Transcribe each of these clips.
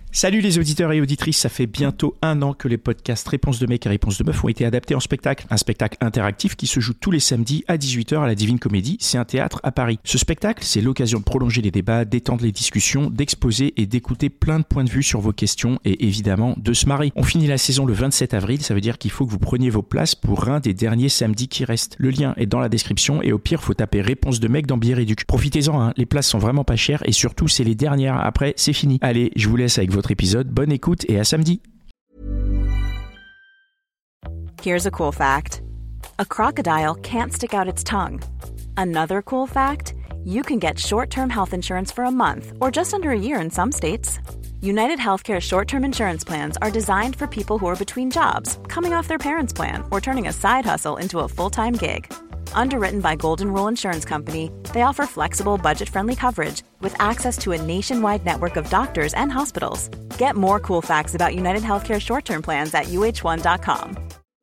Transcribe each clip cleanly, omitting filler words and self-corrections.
Salut les auditeurs et auditrices, ça fait bientôt 1 an que les podcasts Réponse de mec et Réponse de meuf ont été adaptés en spectacle. Un spectacle interactif qui se joue tous les samedis à 18h à la Divine Comédie, c'est un théâtre à Paris. Ce spectacle, c'est l'occasion de prolonger les débats, d'étendre les discussions, d'exposer et d'écouter plein de points de vue sur vos questions et évidemment de se marrer. On finit la saison le 27 avril, ça veut dire qu'il faut que vous preniez vos places pour un des derniers samedis qui restent. Le lien est dans la description et au pire, faut taper Réponse de mec dans Bière Éduc. Profitez-en, les places sont vraiment pas chères et surtout, c'est les dernières. Après, c'est fini. Allez, je vous laisse avec votre épisode. Bonne écoute et à samedi. Here's a cool fact. A crocodile can't stick out its tongue. Another cool fact, you can get short-term health insurance for a month or just under a year in some states. United Healthcare short-term insurance plans are designed for people who are between jobs, coming off their parents' plan, or turning a side hustle into a full-time gig. Underwritten by Golden Rule Insurance Company, they offer flexible, budget-friendly coverage with access to a nationwide network of doctors and hospitals. Get more cool facts about United Healthcare short-term plans at uh1.com.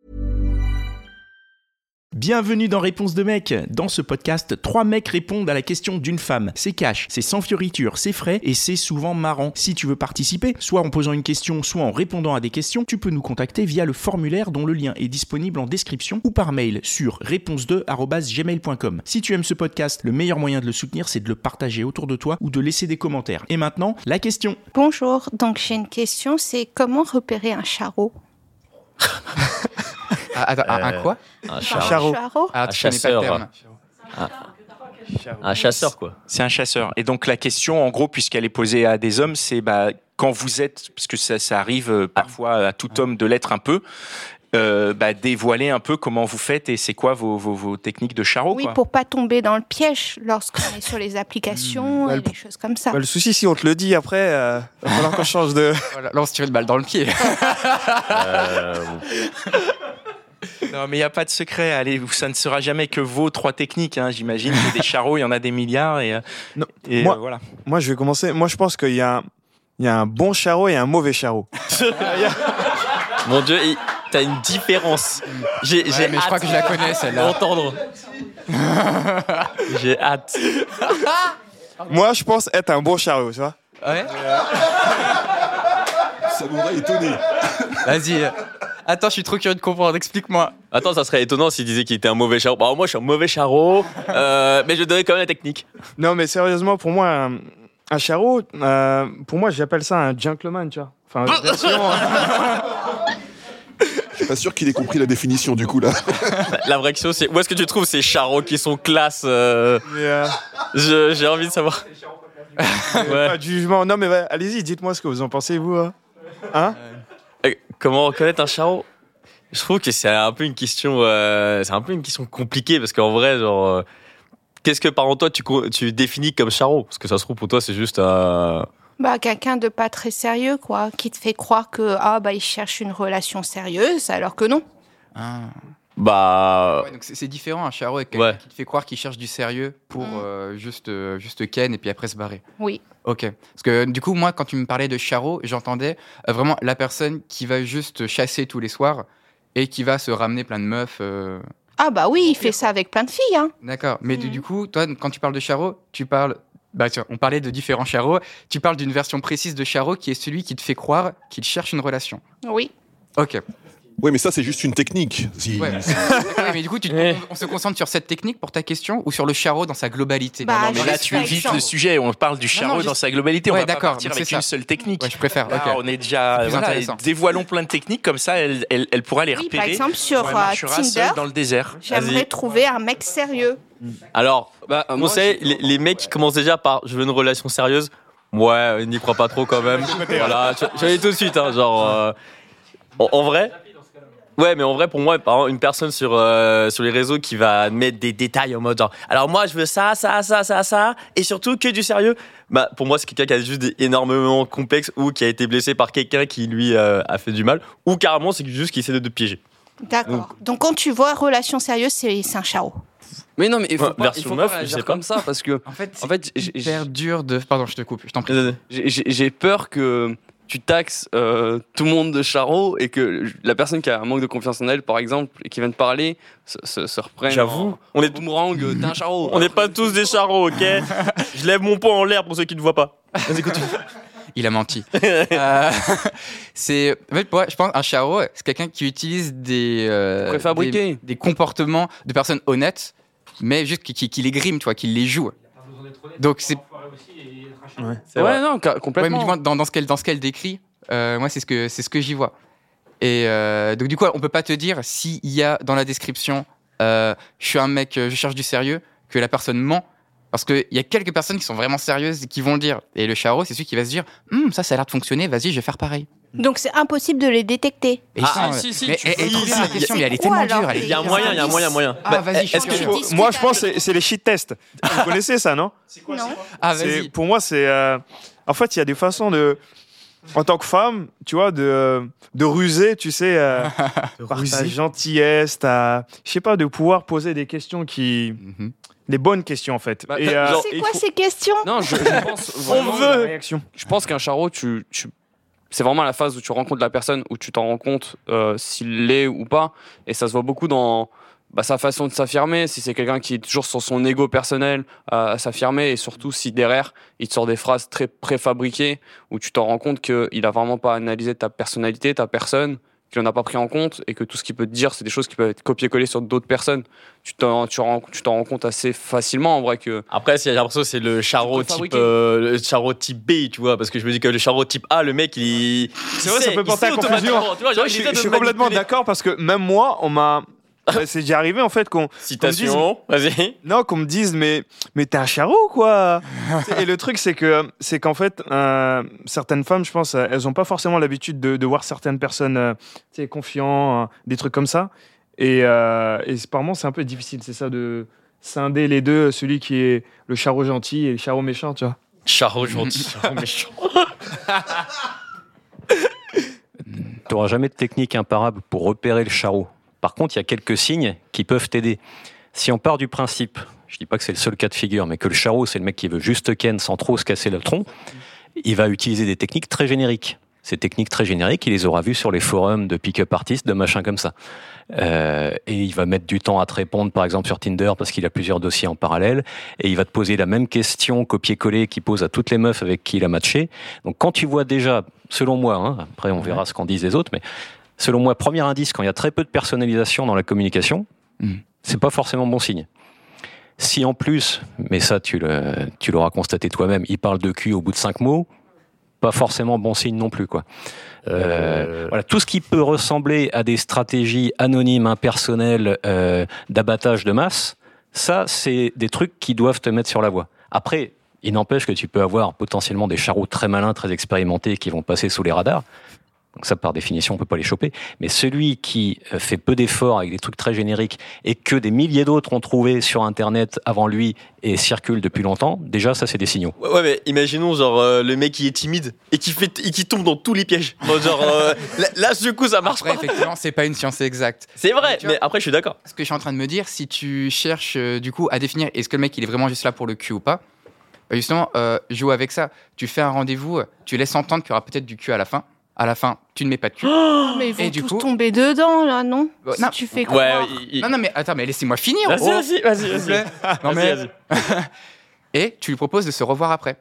Bienvenue dans Réponse de mec. Dans ce podcast, 3 mecs répondent à la question d'une femme. C'est cash, c'est sans fioriture, c'est frais et c'est souvent marrant. Si tu veux participer, soit en posant une question, soit en répondant à des questions, tu peux nous contacter via le formulaire dont le lien est disponible en description ou par mail sur réponse2@gmail.com. Si tu aimes ce podcast, le meilleur moyen de le soutenir, c'est de le partager autour de toi ou de laisser des commentaires. Et maintenant, la question. Bonjour, donc j'ai une question, c'est comment repérer un charreau? Un quoi? Un charreau. Ah, tu connais pas le terme. Un chasseur, quoi. C'est un chasseur. Et donc la question, en gros, puisqu'elle est posée à des hommes, c'est quand vous êtes, parce que ça arrive parfois à tout homme de l'être un peu, dévoiler un peu comment vous faites et c'est quoi vos techniques de charreau. Oui, quoi. pour pas tomber dans le piège lorsqu'on est sur les applications et des choses comme ça. Le souci, si on te le dit après, il va falloir qu'on change de... Voilà, là, on se tire une balle dans le pied. Non, mais il n'y a pas de secret. Allez, ça ne sera jamais que vos 3 techniques. J'imagine que des charreaux, il y en a des milliards. Voilà. Moi, je vais commencer. Moi, je pense qu'il y a un bon charreau et un mauvais charreau. Mon Dieu, t'as une différence. Mais je crois que je la connais, celle-là. Entendre. J'ai hâte. Moi, je pense être un bon charreau, tu vois. Ouais. Ça m'aurait étonné. Vas-y. Attends, je suis trop curieux de comprendre, explique-moi. Attends, ça serait étonnant s'il disait qu'il était un mauvais charreau. Bah, moi, je suis un mauvais charreau, mais je donnerais quand même la technique. Non, mais sérieusement, pour moi, un charreau, pour moi, j'appelle ça un gentleman, tu vois. Enfin, Je suis pas sûr qu'il ait compris la définition du coup là. La vraie question, c'est où est-ce que tu trouves ces charreaux qui sont classe J'ai envie de savoir. Pas de jugement. Non, mais allez-y, dites-moi ce que vous en pensez, vous. Comment reconnaître un charreau? Je trouve que c'est un peu une question, compliquée parce qu'en vrai, genre, qu'est-ce que par exemple toi tu définis comme charreau? Parce que ça se trouve pour toi c'est juste quelqu'un de pas très sérieux, quoi, qui te fait croire que il cherche une relation sérieuse, alors que non. Ouais, donc c'est différent un charreau avec quelqu'un qui te fait croire qu'il cherche du sérieux pour juste ken et puis après se barrer. Oui. Ok. Parce que du coup, moi, quand tu me parlais de charreau, j'entendais vraiment la personne qui va juste chasser tous les soirs et qui va se ramener plein de meufs. Oui, il fait ça avec plein de filles. D'accord. Mais du coup, toi, quand tu parles de charreau, tu parles... on parlait de différents charreaux. Tu parles d'une version précise de charreau qui est celui qui te fait croire qu'il cherche une relation. Oui. Ok. Oui, mais ça, c'est juste une technique. Ouais, mais du coup, on se concentre sur cette technique pour ta question ou sur le charreau dans sa globalité? Non, mais là, tu évites le sujet. On parle du charreau dans sa globalité. On va pas partir avec une seule technique. Ouais, je préfère. Là, on est déjà... dévoilons plein de techniques. Comme ça, elle pourra les repérer. Par exemple, sur Tinder, dans le désert. J'aimerais trouver un mec sérieux. Alors, conseil, les mecs qui commencent déjà par « je veux une relation sérieuse », ouais, n'y crois pas trop quand même. Voilà, je vais tout de suite, genre... En vrai... Ouais, mais en vrai, pour moi, par exemple, une personne sur les réseaux qui va mettre des détails en mode genre, alors moi, je veux ça, et surtout que du sérieux, pour moi, c'est quelqu'un qui a juste énormément complexe ou qui a été blessé par quelqu'un qui lui a fait du mal, ou carrément, c'est juste qu'il essaie de te piéger. D'accord. Donc, quand tu vois relation sérieuse, c'est un charreau. Mais non, mais il faut pas meuf, réagir comme ça parce que en fait j'ai hyper dur de... Pardon, je te coupe, je t'en prie. J'ai peur que tu taxes tout le monde de charreau et que la personne qui a un manque de confiance en elle, par exemple, et qui vient de parler, se reprenne. J'avoue, on est boomerang, t'es un charreau. On n'est pas tous des charreaux, ok? Je lève mon poing en l'air pour ceux qui ne voient pas. Vas-y, continue. il a menti. C'est en fait, je pense un charreau, c'est quelqu'un qui utilise préfabriqués, des comportements de personnes honnêtes, mais juste qui les grime, tu vois, qui les joue. Donc c'est ouais, non, complètement. Ouais, mais du moins dans ce qu'elle décrit, moi c'est ce que j'y vois. Et donc du coup, on peut pas te dire s'il y a dans la description, je suis un mec, je cherche du sérieux, que la personne ment. Parce qu'il y a quelques personnes qui sont vraiment sérieuses et qui vont le dire. Et le charreau, c'est celui qui va se dire ça a l'air de fonctionner, vas-y, je vais faire pareil. Donc c'est impossible de les détecter. Et si, mais elle est trop bien la question, mais elle est tellement dure. Il y a un moyen. Ah, vas-y, Moi, je pense que c'est les shit tests. Vous connaissez ça, non? C'est quoi ça? Ah, vas-y. Pour moi, c'est. En fait, il y a des façons de. En tant que femme, tu vois, de ruser, tu sais, par ta gentillesse, je sais pas, de pouvoir poser des questions qui. Des bonnes questions, en fait. Bah, c'est quoi ces questions? Non, je pense. On veut réaction. Je pense qu'un charreau, c'est vraiment la phase où tu rencontres la personne, où tu t'en rends compte s'il l'est ou pas. Et ça se voit beaucoup dans sa façon de s'affirmer. Si c'est quelqu'un qui est toujours sur son ego personnel à s'affirmer, et surtout si derrière, il te sort des phrases très préfabriquées, où tu t'en rends compte qu'il n'a vraiment pas analysé ta personnalité, ta personne, qu'il n'en a pas pris en compte, et que tout ce qu'il peut te dire, c'est des choses qui peuvent être copié-collé sur d'autres personnes. Tu t'en rends compte assez facilement, en vrai. Que après, j'ai l'impression que c'est le charreau type B, tu vois, parce que je me dis que le charreau type A, le mec, c'est vrai, ça peut porter à confusion. Je suis complètement d'accord, parce que même moi, on m'a... C'est déjà arrivé en fait Citation, vas-y. Non, qu'on me dise mais t'es un charreau quoi. Et le truc c'est qu'en fait certaines femmes, je pense, elles ont pas forcément l'habitude de voir certaines personnes confiants, des trucs comme ça. Et apparemment c'est un peu difficile, c'est ça, de scinder les deux, celui qui est le charreau gentil et le charreau méchant, tu vois. Charreau gentil, charreau méchant. T'auras jamais de technique imparable pour repérer le charreau. Par contre, il y a quelques signes qui peuvent t'aider. Si on part du principe, je dis pas que c'est le seul cas de figure, mais que le charreau, c'est le mec qui veut juste ken sans trop se casser le tronc, il va utiliser des techniques très génériques. Ces techniques très génériques, il les aura vues sur les forums de pick-up artistes, de machins comme ça. Et il va mettre du temps à te répondre, par exemple sur Tinder, parce qu'il a plusieurs dossiers en parallèle, et il va te poser la même question copier-coller qu'il pose à toutes les meufs avec qui il a matché. Donc quand tu vois déjà, selon moi, après on verra ce qu'en disent les autres, mais selon moi, premier indice, quand il y a très peu de personnalisation dans la communication, c'est pas forcément bon signe. Si en plus, mais ça tu l'auras constaté toi-même, il parle de cul au bout de 5 mots, pas forcément bon signe non plus, quoi. Voilà, tout ce qui peut ressembler à des stratégies anonymes, impersonnelles, d'abattage de masse, ça c'est des trucs qui doivent te mettre sur la voie. Après, il n'empêche que tu peux avoir potentiellement des charreaux très malins, très expérimentés qui vont passer sous les radars. Donc ça, par définition, on peut pas les choper. Mais celui qui fait peu d'efforts avec des trucs très génériques et que des milliers d'autres ont trouvé sur Internet avant lui et circulent depuis longtemps, déjà, ça, c'est des signaux. Ouais, mais imaginons, genre, le mec qui est timide et qui tombe dans tous les pièges. Genre, là, du coup, ça marche après, pas. effectivement, c'est pas une science exacte. C'est vrai, mais après, je suis d'accord. Ce que je suis en train de me dire, si tu cherches, du coup, à définir est-ce que le mec, il est vraiment juste là pour le cul ou pas, justement, joue avec ça. Tu fais un rendez-vous, tu laisses entendre qu'il y aura peut-être du cul à la fin. À la fin, tu ne mets pas de cul. Mais ils vont tous tomber dedans, là, non? Si tu fais croire. Non, mais attends, mais laissez-moi finir. Vas-y. Non, mais... Et tu lui proposes de se revoir après.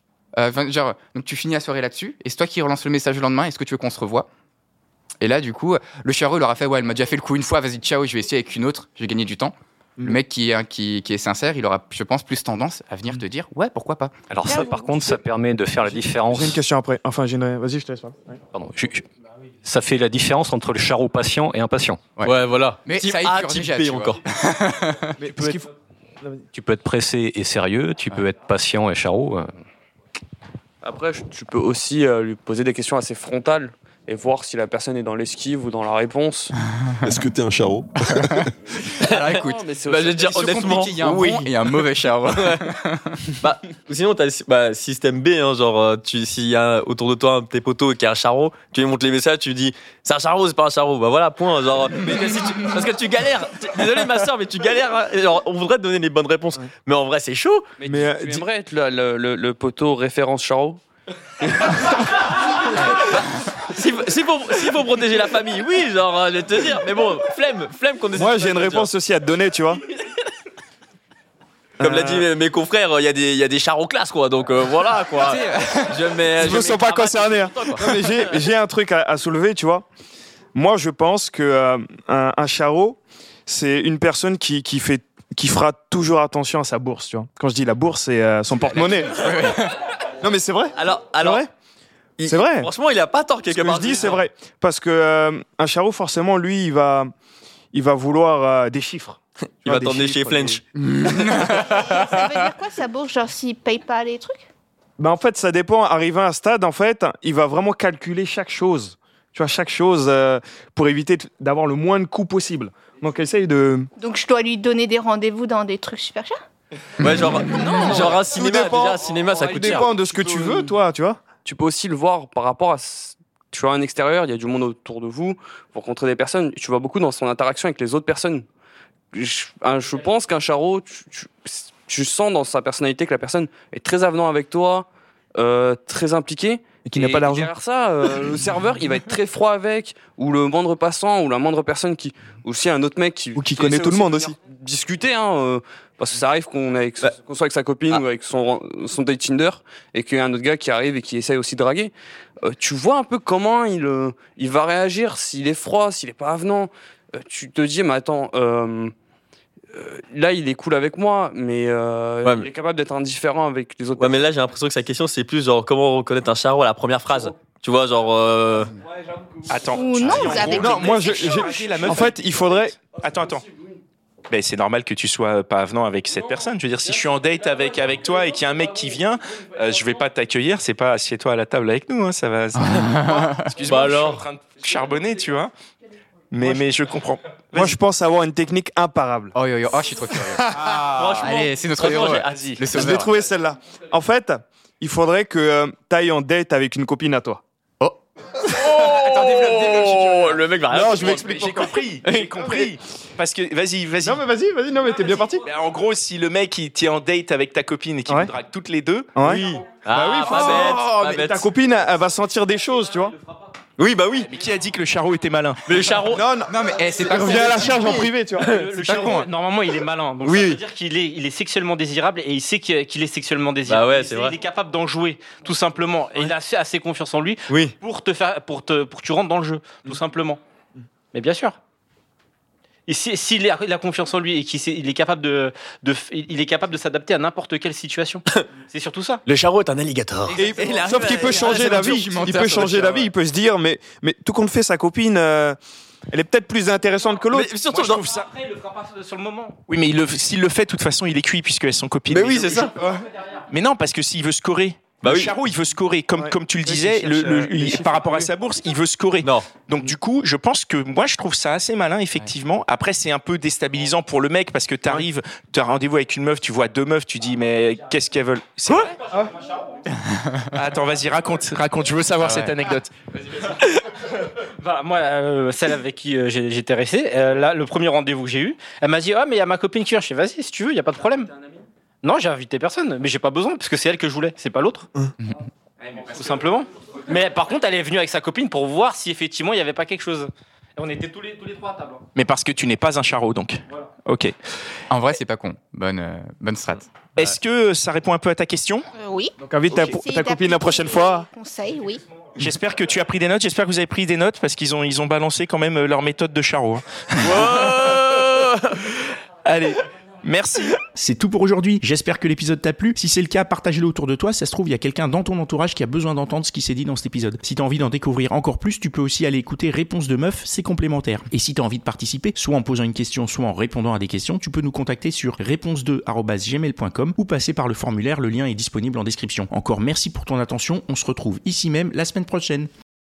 Donc tu finis la soirée là-dessus, et c'est toi qui relance le message le lendemain, est-ce que tu veux qu'on se revoie? Et là, du coup, le charreau, il aura fait, ouais, elle m'a déjà fait le coup une fois, vas-y, ciao, je vais essayer avec une autre, je vais gagner du temps. Le mec qui est sincère, il aura, je pense, plus tendance à venir te dire ouais, pourquoi pas. Alors ça, par contre, ça permet de faire la différence. J'ai une question après. Enfin, vas-y, je te laisse pas. Ouais. Pardon. Ça fait la différence entre le charreau patient et impatient. Ouais, voilà. Mais type ça A, type type B B encore. Mais tu peux être pressé et sérieux, tu peux être patient et charreau. Après, tu peux aussi lui poser des questions assez frontales et voir si la personne est dans l'esquive ou dans la réponse. Est-ce que t'es un charreau? Alors écoute, je vais dire honnêtement, il y a un bon et un mauvais charreau. Sinon, t'as système B, genre, s'il y a autour de toi un de tes potos qui est un charreau, tu lui montres les messages, tu lui dis c'est un charreau, c'est pas un charreau. Bah voilà, point. Genre, parce que tu galères. Désolé, ma soeur, mais tu galères. Genre, on voudrait te donner les bonnes réponses. Mais en vrai, c'est chaud. Mais tu aimerais être le poteau référence charreau? S'il faut protéger la famille, oui, genre, je vais te dire. Mais bon, flemme qu'on essaie. Moi, j'ai une réponse aussi à te donner, tu vois. Comme l'a dit mes confrères, il y a des charros classe, quoi. Donc voilà, quoi. Ils ne sont pas concernés. Hein. Non, mais j'ai un truc à soulever, tu vois. Moi, je pense que un charreau, c'est une personne qui fera toujours attention à sa bourse, tu vois. Quand je dis la bourse, c'est son porte-monnaie. Non, mais c'est vrai. Alors, c'est vrai. Franchement, il a pas tort quelque part. Ce que je dis, c'est vrai. Parce que un charreau, forcément, lui, il va vouloir des chiffres. Il va t'emmener chez Flench. Ça veut dire quoi, sa bourse? Genre, s'il paye pas les trucs? Ben, en fait, ça dépend. Arrivé à un stade, en fait, il va vraiment calculer chaque chose. Tu vois, chaque chose pour éviter d'avoir le moins de coûts possible. Donc, essaye de... Donc, je dois lui donner des rendez-vous dans des trucs super chers? Ouais, genre un cinéma. Déjà, un cinéma, ça coûte cher. Tout dépend de ce que tu veux, toi, tu vois. Tu peux aussi le voir par rapport à... Tu vois, un extérieur, il y a du monde autour de vous, vous rencontrez des personnes, tu vois beaucoup dans son interaction avec les autres personnes. Je pense qu'un charreau, tu sens dans sa personnalité que la personne est très avenant avec toi, très impliquée. Et qui n'a pas d'argent. Derrière ça, le serveur, il va être très froid avec, ou le moindre passant, ou la moindre personne qui... Ou si un autre mec qui connaît tout le monde aussi. Discuter, parce que ça arrive qu'on soit avec sa copine ou avec son date Tinder, et qu'il y a un autre gars qui arrive et qui essaye aussi de draguer. Tu vois un peu comment il va réagir, s'il est froid, s'il est pas avenant. Tu te dis, mais attends... là, il est cool avec moi, mais il est capable d'être indifférent avec les autres. Ouais, mais là, j'ai l'impression que sa question, c'est plus genre comment reconnaître un charreau à la première phrase. Tu vois, genre. Attends. Ou non, vous avez... Non, moi, en fait, il faudrait... Attends. Ben, c'est normal que tu sois pas avenant avec cette personne. Je veux dire, si je suis en date avec toi et qu'il y a un mec qui vient, je vais pas t'accueillir. C'est pas assieds-toi à la table avec nous. Hein, ça va. Excuse-moi, Bah alors. je suis en train de charbonner, tu vois. Mais je comprends. Moi, je pense avoir une technique imparable. Oh, je suis trop curieux. Allez, c'est notre héros. Je vais trouver celle-là. En fait, il faudrait que tu ailles en date avec une copine à toi. Attends, développe. Le mec va rien. Non, je m'explique. J'ai compris. Parce que, vas-y. Non, mais vas-y. Non, mais t'es bien parti. Ben, en gros, si le mec, il t'est en date avec ta copine et qu'il vous drague toutes les deux, oui. Pas Mais bête. ta copine, elle va sentir des choses, tu vois. Oui, bah oui. Mais qui a dit que le charreau était malin? Mais le charreau. Non, mais c'est pas Reviens à la charge en privé, tu vois. Le charreau, normalement, il est malin. Donc, ça veut dire qu'il est sexuellement désirable et il sait qu'il est sexuellement désirable. Bah ouais, c'est vrai. Il est capable d'en jouer, tout simplement. Et il a assez confiance en lui pour que tu rentres dans le jeu, tout simplement. Mais bien sûr. Et s'il a confiance en lui et qu'il est capable de s'adapter à n'importe quelle situation, c'est surtout ça. Le charreau est un alligator. Sauf qu'il peut changer d'avis. Il peut changer d'avis. Il peut se dire, mais tout compte fait, sa copine, elle est peut-être plus intéressante que l'autre. Mais surtout, moi, je trouve ça. Après, il le fera pas sur le moment. Oui, mais s'il le fait, de toute façon, il est cuit puisqu'elles sont copines. Mais oui, c'est ça. Mais non, parce que s'il veut scorer. Le charreau, il veut scorer. Comme tu le disais, par rapport à sa bourse, il veut scorer. Non. Donc, du coup, je pense que moi, je trouve ça assez malin, effectivement. Après, c'est un peu déstabilisant pour le mec parce que tu arrives, tu as rendez-vous avec une meuf, tu vois deux meufs, tu dis, mais qu'est-ce qu'elles veulent? C'est vrai? Attends, vas-y, raconte. Je veux savoir cette anecdote. Voilà, moi, celle avec qui j'étais resté, là, le premier rendez-vous que j'ai eu, elle m'a dit, mais il y a ma copine qui vient. Je fais, vas-y, si tu veux, il n'y a pas de problème. Non, j'ai invité personne, mais j'ai pas besoin, parce que c'est elle que je voulais, c'est pas l'autre. Tout simplement. Mais par contre, elle est venue avec sa copine pour voir si effectivement il n'y avait pas quelque chose. Et on était tous les trois à table. Mais parce que tu n'es pas un charreau, donc. Voilà. Ok. En vrai, c'est pas con. Bonne strat. Est-ce que ça répond un peu à ta question? Oui. Donc invite ta copine la prochaine fois. Conseil, oui. J'espère que tu as pris des notes, j'espère que vous avez pris des notes, parce qu'ils ont balancé quand même leur méthode de charreau. Allez. Merci. C'est tout pour aujourd'hui. J'espère que l'épisode t'a plu. Si c'est le cas, partage-le autour de toi. Ça se trouve, il y a quelqu'un dans ton entourage qui a besoin d'entendre ce qui s'est dit dans cet épisode. Si t'as envie d'en découvrir encore plus, tu peux aussi aller écouter Réponse de Meuf, c'est complémentaire. Et si t'as envie de participer, soit en posant une question, soit en répondant à des questions, tu peux nous contacter sur réponse2@gmail.com ou passer par le formulaire. Le lien est disponible en description. Encore merci pour ton attention. On se retrouve ici même la semaine prochaine.